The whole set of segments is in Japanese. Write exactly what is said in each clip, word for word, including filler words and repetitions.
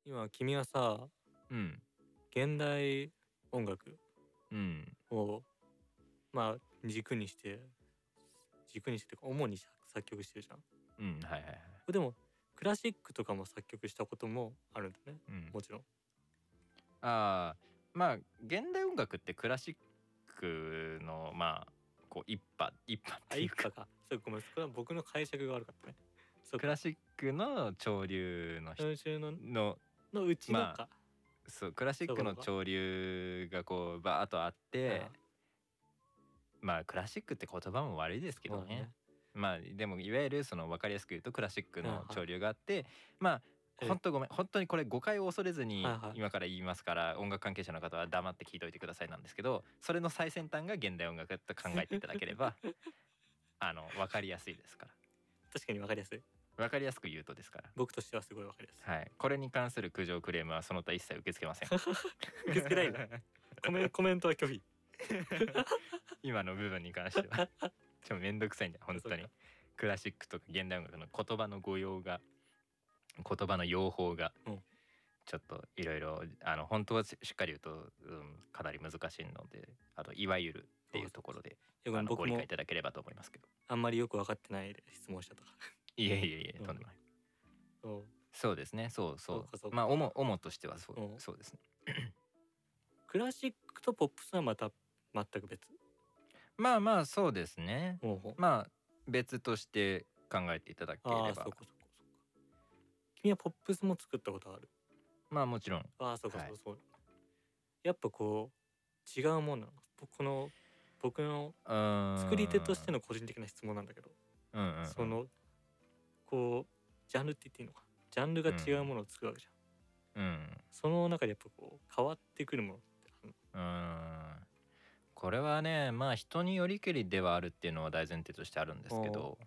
今君はさ、 うん、 現代音楽うん、 をまあ軸にして軸にしてというか主に作曲してるじゃん。 うん、はいはいはい。 でもクラシックとかも作曲したこともあるんだね、 うん、 もちろん。 ああ、まあ現代音楽ってクラシックのまあこう一派一派っていうか、 あ、一派か。そう、ごめん、それは僕の解釈が悪かったね。そうか。 クラシックの潮流の人今週のののうちのか。 まあそうクラシックの潮流がこうバーッとあって、まあクラシックって言葉も悪いですけどね。ねまあでもいわゆるその分かりやすく言うとクラシックの潮流があって、まあ本当ごめん本当にこれ誤解を恐れずに今から言いますから、はいはい、音楽関係者の方は黙って聞いといてくださいなんですけど、それの最先端が現代音楽と考えていただければあの分かりやすいですから。 確かに分かりやすい。 分かりやすく言うとですから、 僕としてはすごい分かりやすい。 はい、これに関する苦情クレームはその他一切受け付けません。 受け付けないのコメコメントは拒否。 今の部分に関してはちょっとめんどくさいんだ本当に。クラシックとか現代音楽の言葉の語用が言葉の用法がちょっといろいろあの本当はしっかり言うと、うん、かなり難しいので、あといわゆるっていうところであのご理解いただければと思いますけど。 あんまりよく分かってないで質問しちゃったから。 いえいえいえ、とんでもない。そう、そうですね、そうそう。そうまあ主主としてはそう、そうですね。 クラシックとポップスはまた全く別。 まあまあそうですね。まあ別として考えていただければ。あ、 そうかそうかそうか。君はポップスも作ったことある？ まあもちろん。 ああ、そうかそうそう、はい、やっぱこう違うもんなの？僕の僕の作り手としての個人的な質問なんだけど、 うんうんうん、 そのこうジャンルって言っていいのか、ジャンルが違うものを作るわけじゃん、うん、その中でやっぱこう変わってくるものってあるの？ うん、これはね、まあ人によりけりではあるっていうのは大前提としてあるんですけど、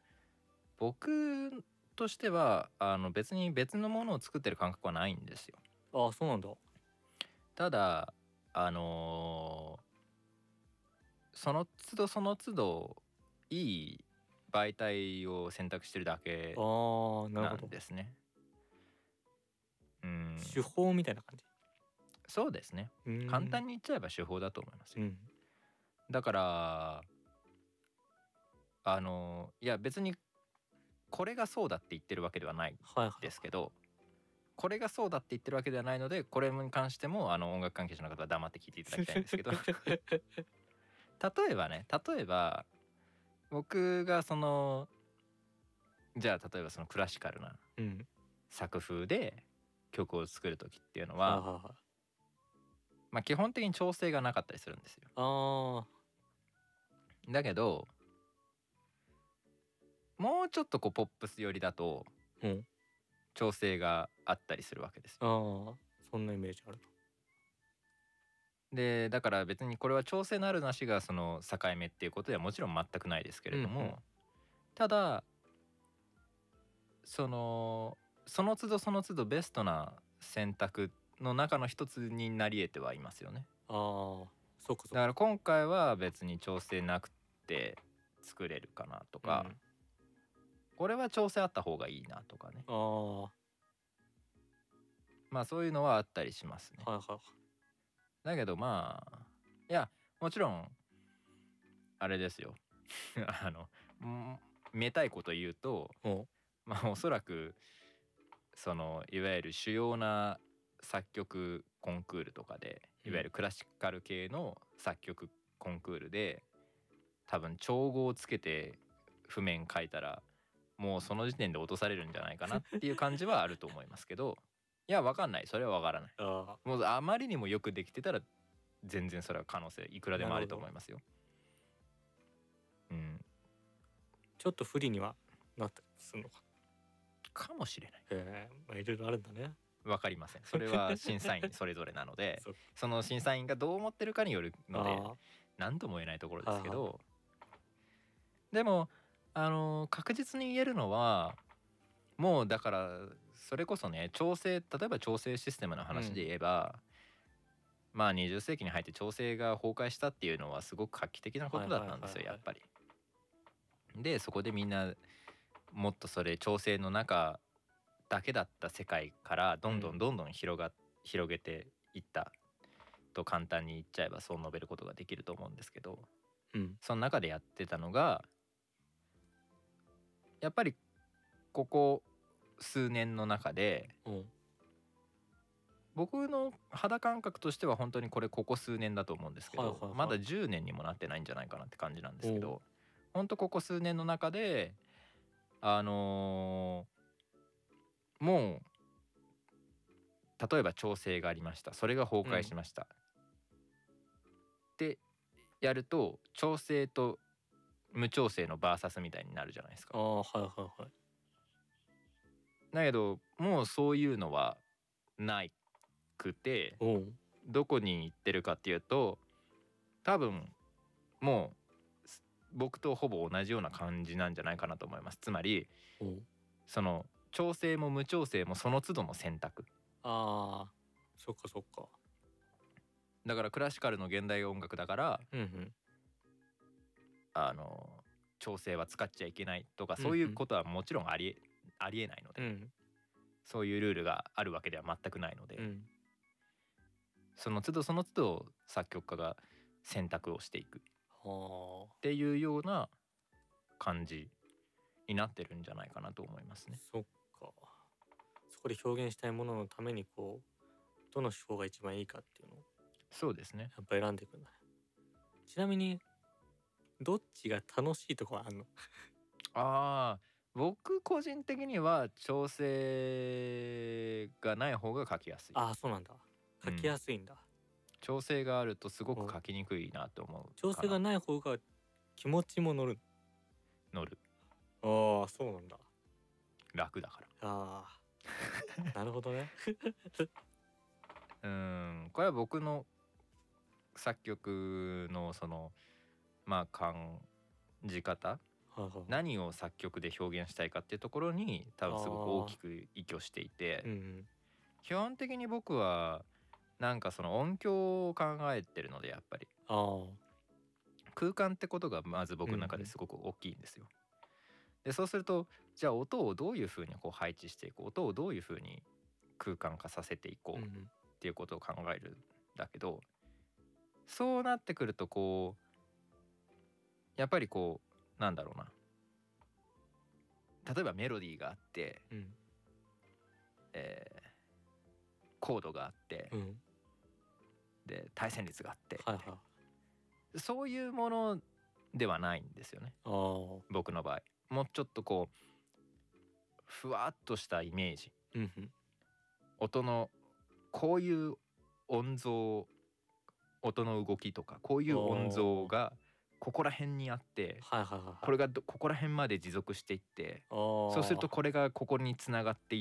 僕としてはあの別に別のものを作ってる感覚はないんですよ。 ああ、そうなんだ。 ただあのー、その都度その都度いい媒体を選択してるだけなんですね。うん、 手法みたいな感じ。 そうですね。簡単に言っちゃえば手法だと思いますよ。うん、だからあのいや別にこれがそうだって言ってるわけではないですけど、はいはいはい、これがそうだって言ってるわけではないので、これに関してもあの音楽関係者の方は黙って聞いていただきたいんですけど例えばね例えば僕がそのじゃあ例えばそのクラシカルな作風で曲を作る時っていうのは、うん、まあ基本的に調整がなかったりするんですよ。あだけどもうちょっとこうポップス寄りだと、うん、調整があったりするわけですよ。 ああ、そんなイメージあると。 でだから別にこれは調整のあるなしがその境目っていうことではもちろん全くないですけれども、うんうん、ただそのその都度その都度ベストな選択の中の一つになり得てはいますよね。ああ、そうかそうか。だから今回は別に調整なくて作れるかなとか、うん、これは調整あった方がいいなとかね。あまあそういうのはあったりしますね。はいはい。だけどまあいやもちろんあれですよあのめたいこと言うと、まあおそらくそのいわゆる主要な作曲コンクールとかで、いわゆるクラシカル系の作曲コンクールで多分調合をつけて譜面書いたらもうその時点で落とされるんじゃないかなっていう感じはあると思いますけどいや分かんない、それは分からない。あもうあまりにもよくできてたら全然それは可能性いくらでもあると思いますよ。うん、 ちょっと不利にはなったりするのかかもしれない。 へえ、まあいろいろあるんだね。 わかりません。それは審査員それぞれなのでそ, その審査員がどう思ってるかによるので何とも言えないところですけど、でもあの確実に言えるのはもうだからそれこそね調整例えば調整システムの話で言えば、うん、まあにじゅっ世紀に入って調整が崩壊したっていうのはすごく画期的なことだったんですよやっぱり。でそこでみんなもっとそれ調整の中だけだった世界からどんどんどんどん広が、うん、広げていったと簡単に言っちゃえばそう述べることができると思うんですけど、うん、その中でやってたのがやっぱりここ数年の中で、うん、僕の肌感覚としては本当にこれここ数年だと思うんですけど、はいはいはい、まだじゅうねんにもなってないんじゃないかなって感じなんですけど、本当ここ数年の中であのー、もう例えば調整がありました、それが崩壊しました、うん、ってやると調整と無調整のバーサスみたいになるじゃないですか。 あ、はいはいはい。 だけどもうそういうのはないくて、どこに行ってるかっていうと多分もう僕とほぼ同じような感じなんじゃないかなと思います。つまりその調整も無調整もその都度の選択。 ああ、そっかそっか。 だからクラシカルの現代音楽だから、うんうん、あの調整は使っちゃいけないとか、そういうことはもちろんありえ、ありえないので、うん、そういうルールがあるわけでは全くないので、うん、その都度その都度作曲家が選択をしていくっていうような感じになってるんじゃないかなと思いますね。 そっか。そこで表現したいもののためにこうどの手法が一番いいかっていうのをそうですね、 やっぱ選んでいくんだね。ちなみにどっちが楽しいとかはあんの？ ああ、僕個人的には調整がない方が書きやすい。 ああ、そうなんだ。書きやすいんだ、うん、 調整があるとすごく書きにくいなと思う。 調整がない方が気持ちも乗る乗る。 ああ、そうなんだ。 楽だから。 ああなるほどねうん、これは僕の作曲のそのまあ感じ方、何を作曲で表現したいかっていうところに多分すごく大きく依拠していて、うんうん、基本的に僕はなんかその音響を考えてるので、やっぱりあ空間ってことがまず僕の中ですごく大きいんですよ、うんうん、でそうするとじゃあ音をどういうふうにこう配置していく、音をどういうふうに空間化させていこうっていうことを考えるんだけど、そうなってくるとこうやっぱりこうなんだろうな、例えばメロディーがあって、うん、えー、コードがあって、うん、で対旋律があって、はいはい、そういうものではないんですよね、僕の場合。もうちょっとこうふわっとしたイメージ、うん、音のこういう音像、音の動きとかこういう音像がここら辺にあって、はいはいはいはい、これがここら辺まで持続していって、そうするとこれがここにつながっていって、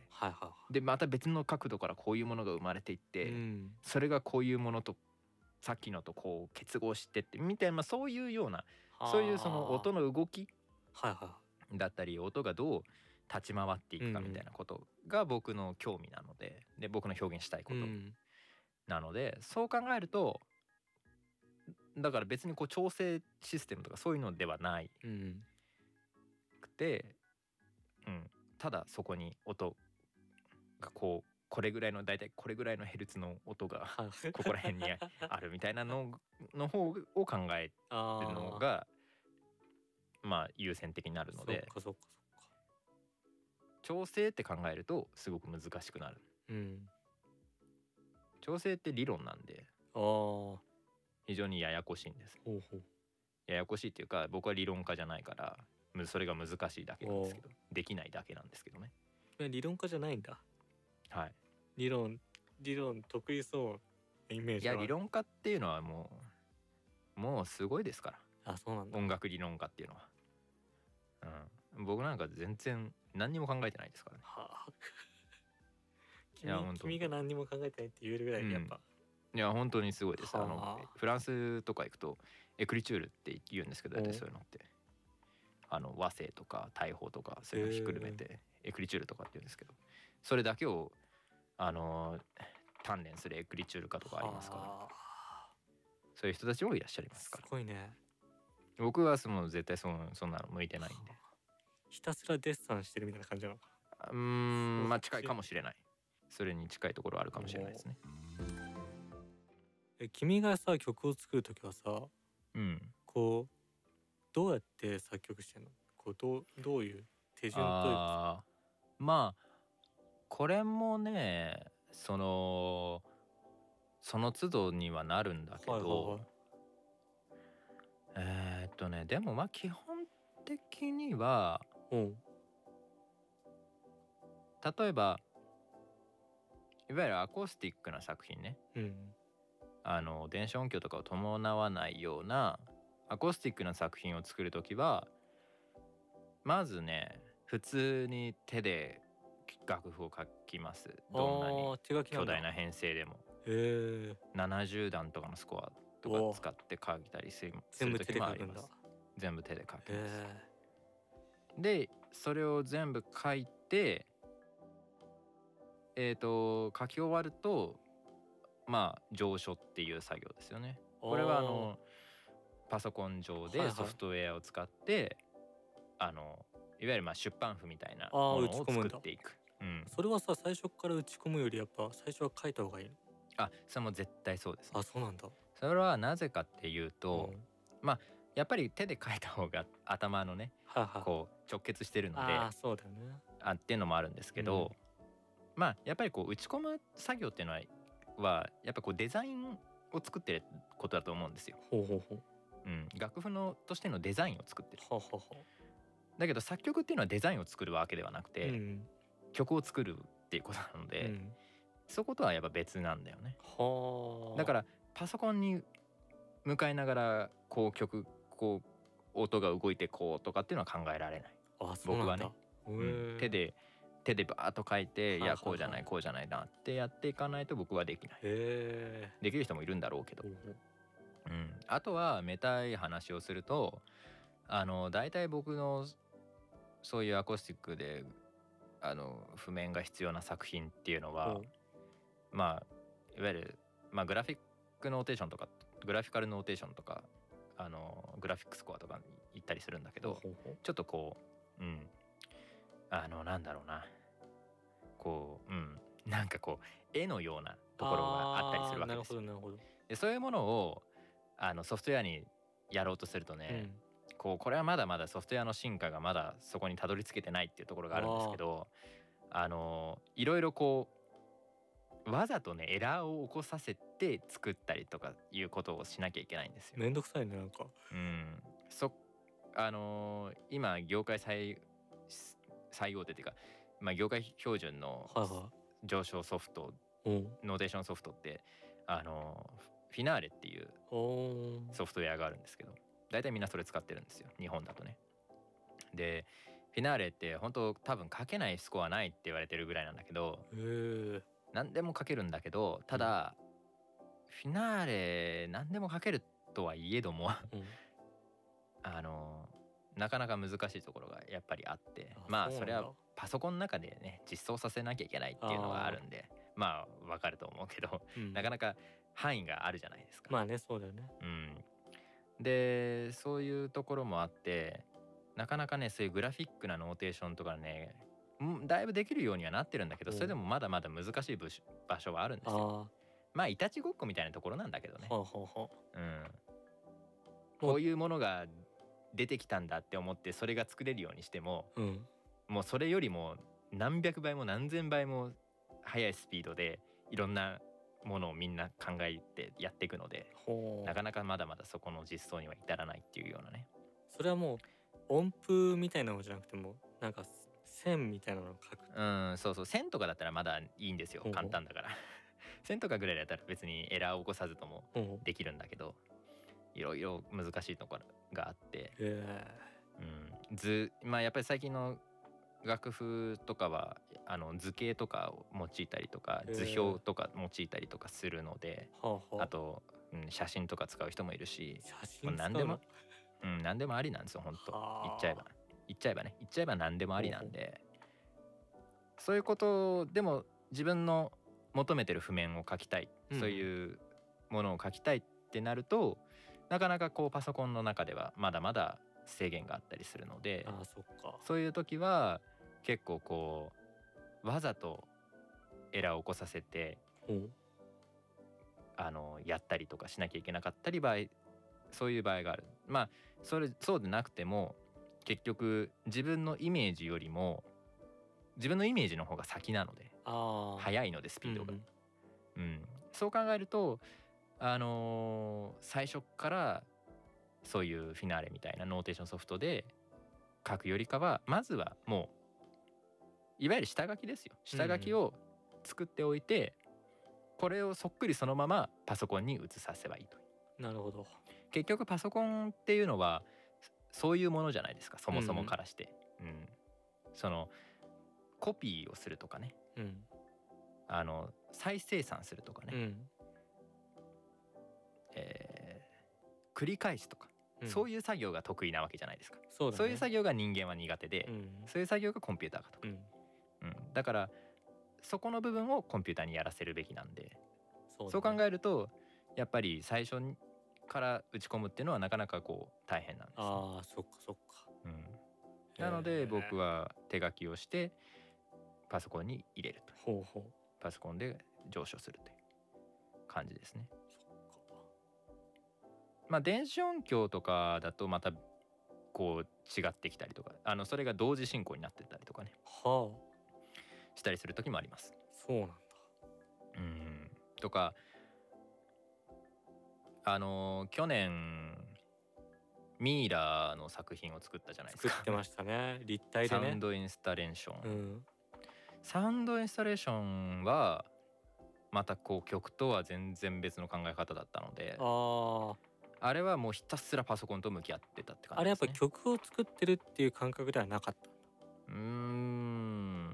はいはいはい、でまた別の角度からこういうものが生まれていって、うん、それがこういうものとさっきのとこう結合してってみたいな、そういうような、そういうその音の動きだったり、音がどう立ち回っていくかみたいなことが僕の興味なので、で僕の表現したいことなので、そう考えるとだから別にこう調整システムとかそういうのではないくて、うん、ただそこに音がこうこれぐらいの大体これぐらいのヘルツの音がここら辺にあるみたいなのの方を考えるのがまあ優先的になるので、そっかそっかそっか、調整って考えるとすごく難しくなる、うん、調整って理論なんであ非常にややこしいんです。ほうほう、ややこしいっていうか僕は理論家じゃないからそれが難しいだけなんですけど、できないだけなんですけどね。 理論家じゃないんだ。 はい。 理論理論得意そうイメージは。 いや理論家っていうのはもうもうすごいですから。 あ、そうなんだ。 音楽理論家っていうのは、うん、僕なんか全然何にも考えてないですからね。はあ君, いや君が何にも考えてないって言えるぐらいやっぱ、 うん、いや本当にすごいです。はあ、あのフランスとか行くとエクリチュールって言うんですけど、大体そういうのってあの和声とか大砲とかそういうのひっくるめてエクリチュールとかって言うんですけど、それだけをあの鍛錬するエクリチュール家とかありますから、そういう人たちもいらっしゃいますから。 すごいね。 僕はその絶対そのそんなの向いてないんで、 ひたすらデッサンしてるみたいな感じなのか。 うーんまあ近いかもしれない。それに近いところあるかもしれないですね。 え君がさ曲を作るときはさ、 うん、 こうどうやって作曲してんの？こうどうどういう手順というか。 あまあこれもねそのその都度にはなるんだけど、はいはいはい、えー、っとねでもまあ基本的には、うん、例えばいわゆるアコースティックな作品ね、うん、あの電子音響とかを伴わないようなアコースティックな作品を作るときはまずね普通に手で楽譜を書きます。どんなに巨大な編成でも。へななじゅうだんとかのスコアとか使って書いたりする時もあります。全部手で書きます。でそれを全部書いてえっと書き終わるとまあ上書っていう作業ですよね。これはあのパソコン上でソフトウェアを使って、はいはい、あのいわゆるまあ出版譜みたいなものを作っていく。 うん、それはさ最初から打ち込むよりやっぱ最初は書いた方がいいの？ あ、それも絶対そうです、ね。 あ、そうなんだ。 それはなぜかっていうと、うん、まあやっぱり手で書いた方が頭のね、ははこう直結してるので、 あ、そうだよね。 あっていうのもあるんですけど、うん、まあやっぱりこう打ち込む作業っていうのははやっぱこうデザインを作ってることだと思うんですよ。ほうほうほう。うん、楽譜のとしてのデザインを作ってる。ははは。だけど作曲っていうのはデザインを作るわけではなくて、うん、曲を作るっていうことなので、うん、そことはやっぱ別なんだよね。はだからパソコンに向かいながらこう曲こう音が動いてこうとかっていうのは考えられない。あ、そうなんだ。僕はね、うん、手で手でバーッと書いて、いやこうじゃないこうじゃないなってやっていかないと僕はできない。へできる人もいるんだろうけど、うん、あとはめたい話をするとあのだいたい僕のそういうアコースティックであの譜面が必要な作品っていうのは、うん、まあいわゆる、まあ、グラフィックノーテーションとかグラフィカルノーテーションとかあのグラフィックスコアとかに行ったりするんだけど、うん、ちょっとこううんあのなんだろうなこううんなんかこう絵のようなところがあったりするわけですよ。なるほどなるほど。でそういうものをあのソフトウェアにやろうとするとね、うん、こうこれはまだまだソフトウェアの進化がまだそこにたどり着けてないっていうところがあるんですけど、あのいろいろこうわざとねエラーを起こさせて作ったりとかいうことをしなきゃいけないんですよ。 めんどくさいねなんか。 うんそあのー、今業界最最大手っていうか、まあ、業界標準の上昇ソフト、はいはい、ノーテーションソフトってあのー、フィナーレっていうソフトウェアがあるんですけど大体みんなそれ使ってるんですよ日本だとね。でフィナーレって本当多分書けないスコアないって言われてるぐらいなんだけど、何でも書けるんだけどただ、うん、フィナーレ何でも書けるとはいえども、うん、あのなかなか難しいところがやっぱりあってまあそれはパソコンの中でね実装させなきゃいけないっていうのがあるんでまあわかると思うけど、うん、なかなか範囲があるじゃないですか。 まあねそうだよね。 うん、でそういうところもあってなかなかねそういうグラフィックなノーテーションとかねだいぶできるようにはなってるんだけど、それでもまだまだ難しい場所はあるんですよ。まあいたちごっこみたいなところなんだけどね。はあはあ、うん、こういうものが出てきたんだって思ってそれが作れるようにしても、うん、もうそれよりも何百倍も何千倍も速いスピードでいろんなものをみんな考えてやっていくので、なかなかまだまだそこの実装には至らないっていうようなね。 それはもう音符みたいなのじゃなくてもなんか線みたいなのを書く。 うんそうそう線とかだったらまだいいんですよ、簡単だから線とかぐらいだったら別にエラーを起こさずともできるんだけど、いろいろ難しいところがあって、うん、図まあやっぱり最近の楽譜とかはあの図形とかを用いたりとか図表とか用いたりとかするので、あと、うん、写真とか使う人もいるし、 写真何でもうん、何でもありなんですよ本当。言っちゃえば言っちゃえばね言っちゃえば何でもありなんで、そういうことでも自分の求めてる譜面を書きたい、うん、そういうものを書きたいってなるとなかなかこうパソコンの中ではまだまだ制限があったりするので、 あ、そっか。 そういう時は結構こわざとエラーを起こさせて、 うん、 あのやったりとかしなきゃいけなかったり場合、そういう場合がある。まあそれそうでなくても結局自分のイメージよりも自分のイメージの方が先なので、 あ速いのでスピードが、うん、うん、そう考えるとあのー、最初からそういうフィナーレみたいなノーテーションソフトで書くよりかは、まずはもういわゆる下書きですよ。下書きを作っておいて、うん、これをそっくりそのままパソコンに移させばいいと。 なるほど。 結局パソコンっていうのはそういうものじゃないですか、そもそもからして、うん、うん、そのコピーをするとかね、 うん、 あの再生産するとかね、うん、えー、繰り返すとか、うん、そういう作業が得意なわけじゃないですか。そうだね、そういう作業が人間は苦手で、うん、そういう作業がコンピューターが得意、うんうん、だからそこの部分をコンピューターにやらせるべきなんで、そうだね、そう考えるとやっぱり最初から打ち込むっていうのはなかなかこう大変なんです、ね、 ああ、そっかそっか、 うん、なので僕は手書きをしてパソコンに入れると、ほうほう、パソコンで上昇するという感じですね。まあ電子音響とかだとまたこう違ってきたりとか、あのそれが同時進行になってたりとかね、はあ、したりする時もあります。 そうなんだ。 うん、とかあの去年ミイラの作品を作ったじゃないですか。 作ってましたね、立体でね。 サウンドインスタレーション、うん、サウンドインスタレーションはまたこう曲とは全然別の考え方だったので、ああれはもうひたすらパソコンと向き合ってたって感じですね。 あれやっぱ曲を作ってるっていう感覚ではなかったんだ。 うーん、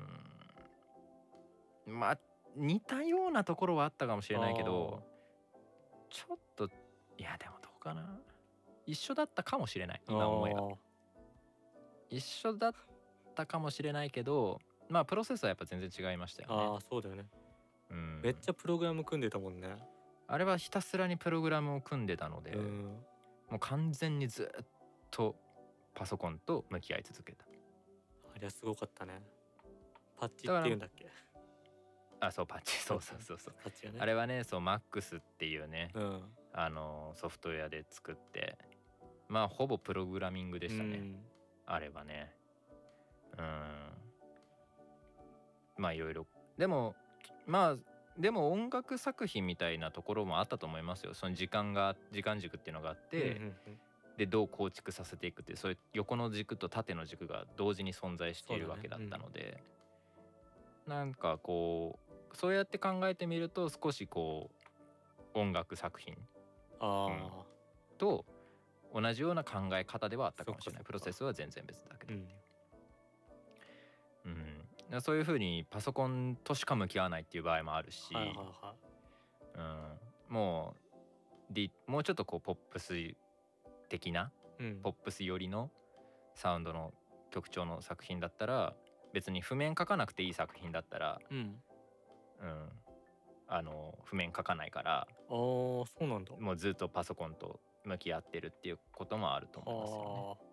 まあ似たようなところはあったかもしれないけど、ちょっといやでもどうかな、一緒だったかもしれない、今思えば一緒だったかもしれないけど、まあプロセスはやっぱ全然違いましたよね。 ああ、そうだよね、うん、めっちゃプログラム組んでたもんね。 あれはひたすらにプログラムを組んでたので、うん、もう完全にずっとパソコンと向き合い続けた。 あれはすごかったね。パッチっていうんだっけ。 あ、そうパッチ、そうそうそうそう、パッチがね、あれはね、そう マックス っていうね、うん、あのソフトウェアで作って、まあほぼプログラミングでしたね、うん、あれはね。うん、まあいろいろ、でもまあでも音楽作品みたいなところもあったと思いますよ。その時間が時間軸っていうのがあって、うんうんうん、でどう構築させていくっていう、そういう横の軸と縦の軸が同時に存在しているわけだったので、ね、うん、なんかこうそうやって考えてみると少しこう音楽作品、あ、うん、と同じような考え方ではあったかもしれない。プロセスは全然別だけど、うんうん、そういうふうにパソコンとしか向き合わないっていう場合もあるし、はいはいはい、うん、もう、D、もうちょっとこうポップス的な、うん、ポップス寄りのサウンドの曲調の作品だったら別に譜面書かなくていい作品だったら、うんうん、あの譜面書かないから、あ、 そうなんだ、 もうずっとパソコンと向き合ってるっていうこともあると思いますよね。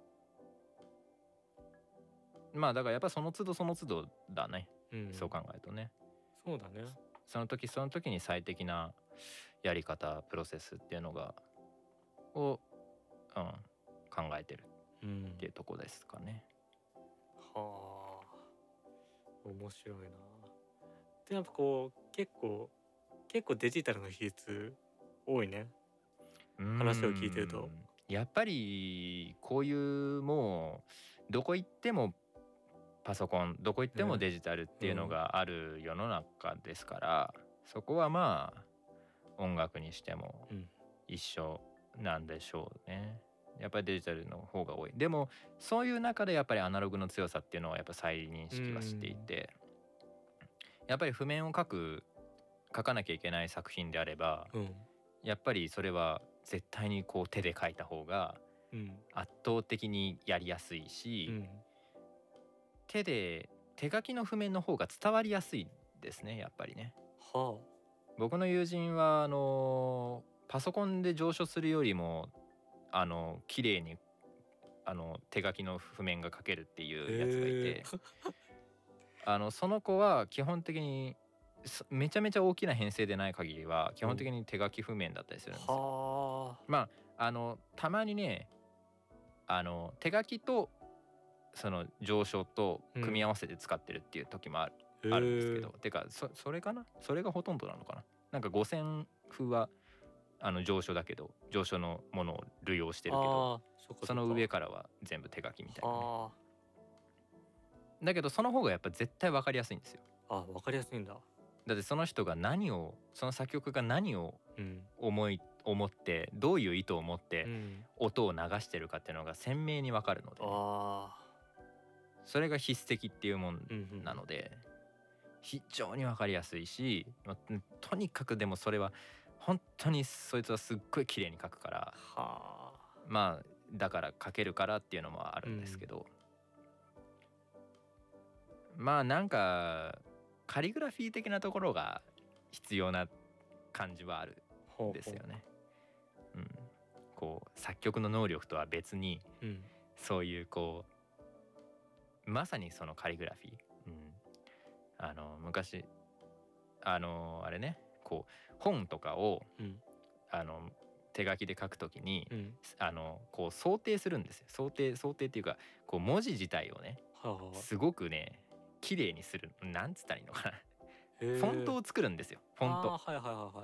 まあだからやっぱその都度その都度だね、うん、そう考えるとね。 そうだね。 その時その時に最適なやり方プロセスっていうのがを、うん、考えてるっていうとこですかね、 うん、はあ、面白いな。でやっぱこう結構結構デジタルの比率多いね、話を聞いてると。 やっぱりこういうもうどこ行ってもパソコン、どこ行ってもデジタルっていうのがある世の中ですから、うん、そこはまあ音楽にしても一緒なんでしょうね。やっぱりデジタルの方が多い。でもそういう中でやっぱりアナログの強さっていうのはやっぱ再認識はしていて、うん、やっぱり譜面を書く書かなきゃいけない作品であれば、うん、やっぱりそれは絶対にこう手で書いた方が圧倒的にやりやすいし、うん、手で手書きの譜面の方が伝わりやすいですね、やっぱりね。はあ、僕の友人はあのパソコンで上書するよりもあの綺麗にあの手書きの譜面が書けるっていうやつがいてあのその子は基本的にめちゃめちゃ大きな編成でない限りは基本的に手書き譜面だったりするんですよ。まああのたまにねあの手書きとその上昇と組み合わせて使ってるっていう時もある、うん、あるんですけど、てか そ, それかなそれがほとんどなのかな。なんかごせん風はあの上昇だけど上昇のものを類用してるけど そ, その上からは全部手書きみたいな、ね、だけどその方がやっぱ絶対分かりやすいんですよ。 あ、分かりやすいんだ。 だってその人が何をその作曲が何を思い、うん、思ってどういう意図を持って音を流してるかっていうのが鮮明に分かるので、ね、あそれが筆跡っていうもんなので、うんうん、非常に分かりやすいし、とにかくでもそれは本当にそいつはすっごい綺麗に書くから、はあ、まあだから書けるからっていうのもあるんですけど、うん、まあなんかカリグラフィー的なところが必要な感じはあるんですよね。ほうほう、うん、こう作曲の能力とは別に、うん、そういうこうまさにそのカリグラフィー、うん、あの昔あのあれねこう本とかを、うん、あの手書きで書くときに、うん、あのこう想定するんですよ。想定想定っていうかこう文字自体をね、はあはあ、すごくね綺麗にする、なんつったらいいのかなフォントを作るんですよ。フォント、はいはいはいはい、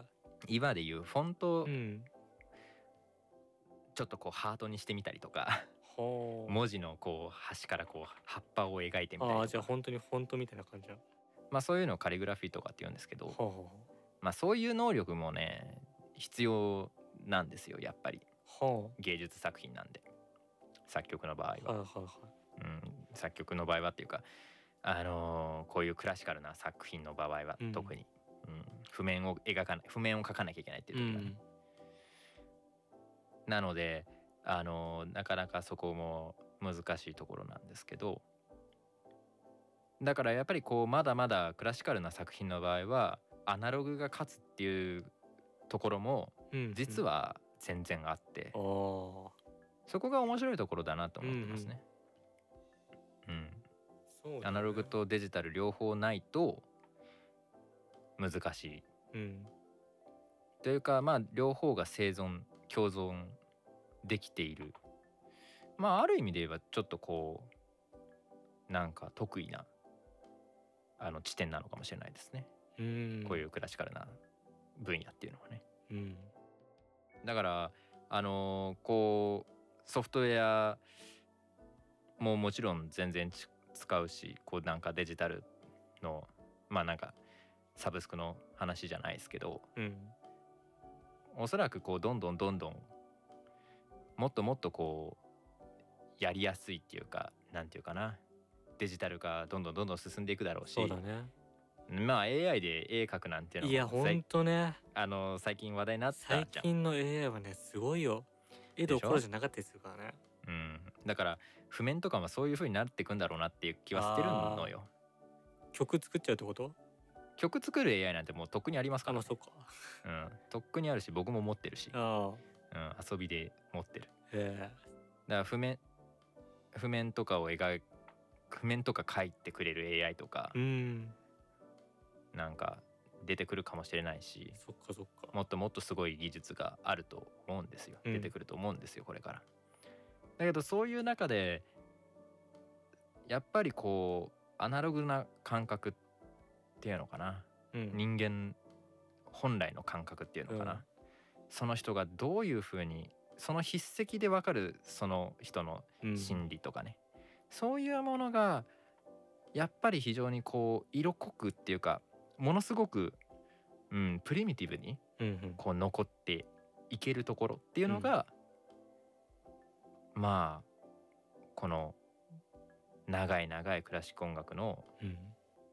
今でいうフォント、うん、ちょっとこうハートにしてみたりとか文字のこう端からこう葉っぱを描いてみたりとか、 あ、じゃあ本当にフォントみたいな感じだ。 まあそういうのをカリグラフィーとかって言うんですけど、はあはあ、まあそういう能力もね必要なんですよやっぱり、はあ、芸術作品なんで作曲の場合は、はいはいはい、うん、作曲の場合はっていうかあのー、こういうクラシカルな作品の場合は特に、うんうん、譜面を描かない譜面を書かなきゃいけないっていう時はね、うん、なので、あのー、なかなかそこも難しいところなんですけど、だからやっぱりこうまだまだクラシカルな作品の場合はアナログが勝つっていうところも実は全然あって、うんうん、そこが面白いところだなと思ってますね。うん、うんそうね、アナログとデジタル両方ないと難しい、うん、というかまあ両方が生存共存できている、まあある意味で言えばちょっとこうなんか得意なあの地点なのかもしれないですね、うん、こういうクラシカルな分野っていうのはね、うん、だからあのー、こうソフトウェアももちろん全然使うし、こうなんかデジタルのまあなんかサブスクの話じゃないですけど、うん、おそらくこうどんどんどんどんもっともっとこうやりやすいっていうかなんていうかなデジタル化どんどんどんどん進んでいくだろうし、 そうだね、 まあ エーアイ で絵描くなんていうのもいやほんとねあの最近話題になったじゃん。 最近の エーアイ はねすごいよ。絵どころじゃなかったりするからね。 うん、だから譜面とかもそういう風になっていくんだろうなっていう気はしてるのよ。 曲作っちゃうってこと？ 曲作る エーアイ なんてもうとっくにありますから、ね、 あ、そうか、 うん、とっくにあるし僕も持ってるし、あ、うん、遊びで持ってる。へえ。だから譜面譜面とかを描く譜面とか書いてくれる エーアイ とか、うん、なんか出てくるかもしれないし、 そっかそっか、 もっともっとすごい技術があると思うんですよ、うん、出てくると思うんですよこれから。だけどそういう中でやっぱりこうアナログな感覚っていうのかな、うん、人間本来の感覚っていうのかな、うん、その人がどういうふうにその筆跡でわかるその人の心理とかね、うん、そういうものがやっぱり非常にこう色濃くっていうかものすごく、うん、プリミティブにこう残っていけるところっていうのが、うん、まあこの長い長いクラシック音楽の、うん、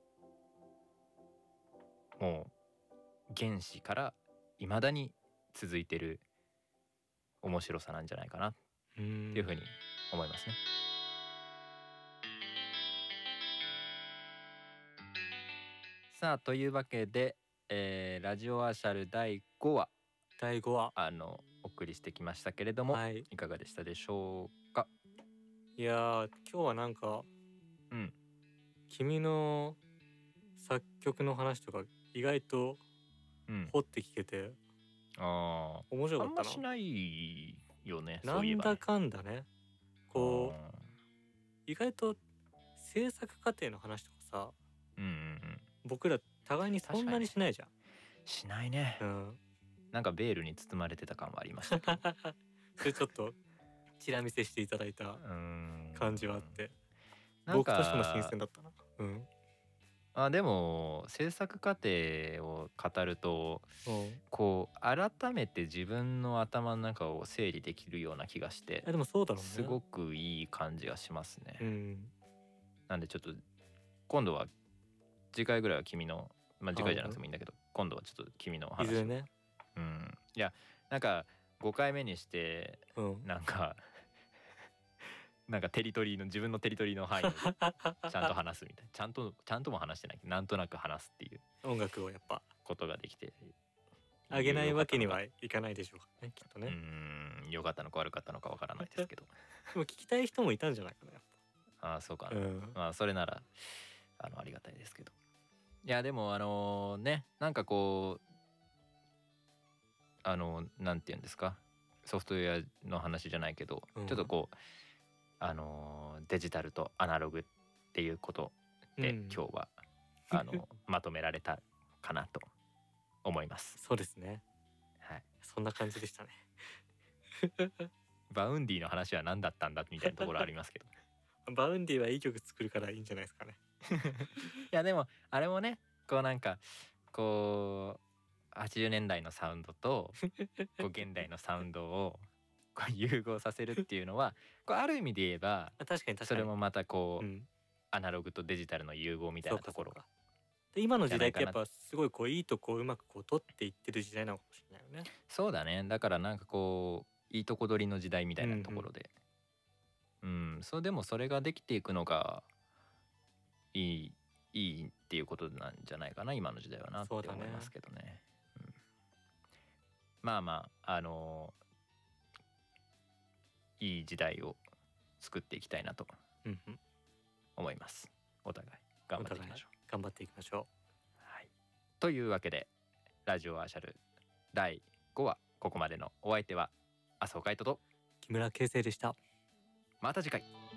もう原始からいまだに続いてる面白さなんじゃないかなっていうふうに思いますね。さあというわけで、えー、ラジオアーシャルだいごわだいごわあのお送りしてきましたけれども、はい、いかがでしたでしょうか。 いや今日はなんか、 うん、 君の作曲の話とか意外と掘って聞けて、うん、あ面白かったな。 あんましないよね。 なんだかんだね。こう意外と制作過程の話とかさ、うんうんうん、僕ら互いにそんなにしないじゃん。 しないね。うん。なんかベールに包まれてた感はありましたけど。 それちょっとチラ見せしていただいた感じはあって、僕としても新鮮だったな。うん。 あでも制作過程を語ると、うん、こう改めて自分の頭の中を整理できるような気がして、 でもそうだろうね、 すごくいい感じがしますね。 うん、 なんでちょっと今度は次回ぐらいは君の、まあ次回じゃなくてもいいんだけど、今度はちょっと君の話を。 いずれね。 うん。いやなんかごかいめにして、うん、なんかなんかテリトリーの自分のテリトリーの範囲をちゃんと話すみたいな、ちゃんとちゃんとも話してないけどなんとなく話すっていう音楽をやっぱことができてあげないわけにはいかないでしょうかね、きっとね。 うん良かったのか悪かったのかわからないですけどでも聞きたい人もいたんじゃないかなやっぱ。ああそうかな、うん、まあそれならあのありがたいですけど、いやでもあのー、ねなんかこうあのなんて言うんですか、ソフトウェアの話じゃないけど、うん、ちょっとこうあのデジタルとアナログっていうことで、うん、今日はあのまとめられたかなと思います。 そうですね。 はい。 そんな感じでしたね。 バウンディの話は何だったんだみたいなところありますけど。 バウンディはいい曲作るからいいんじゃないですかね。 いやでもあれもね、こうなんかこうはちじゅうねんだいのサウンドとこう現代のサウンドをこう融合させるっていうのはこうある意味で言えば確かに確かにそれもまたこう、うん、アナログとデジタルの融合みたいなところがで今の時代ってやっぱすごいこういいとこをうまくこう取っていってる時代なのかもしれないよね。 そうだね。だからなんかこういいとこ取りの時代みたいなところで、うん、うん、そうでもそれができていくのがいいいいっていうことなんじゃないかな今の時代はなって思いますけどね。ね、うん、まあまああのー、いい時代を作っていきたいなと思います。お互い頑張っていきましょう。 頑張っていきましょう。 はい。というわけでラジオアーシャルだいごわここまでのお相手は麻生海斗と木村圭生でした。 また次回。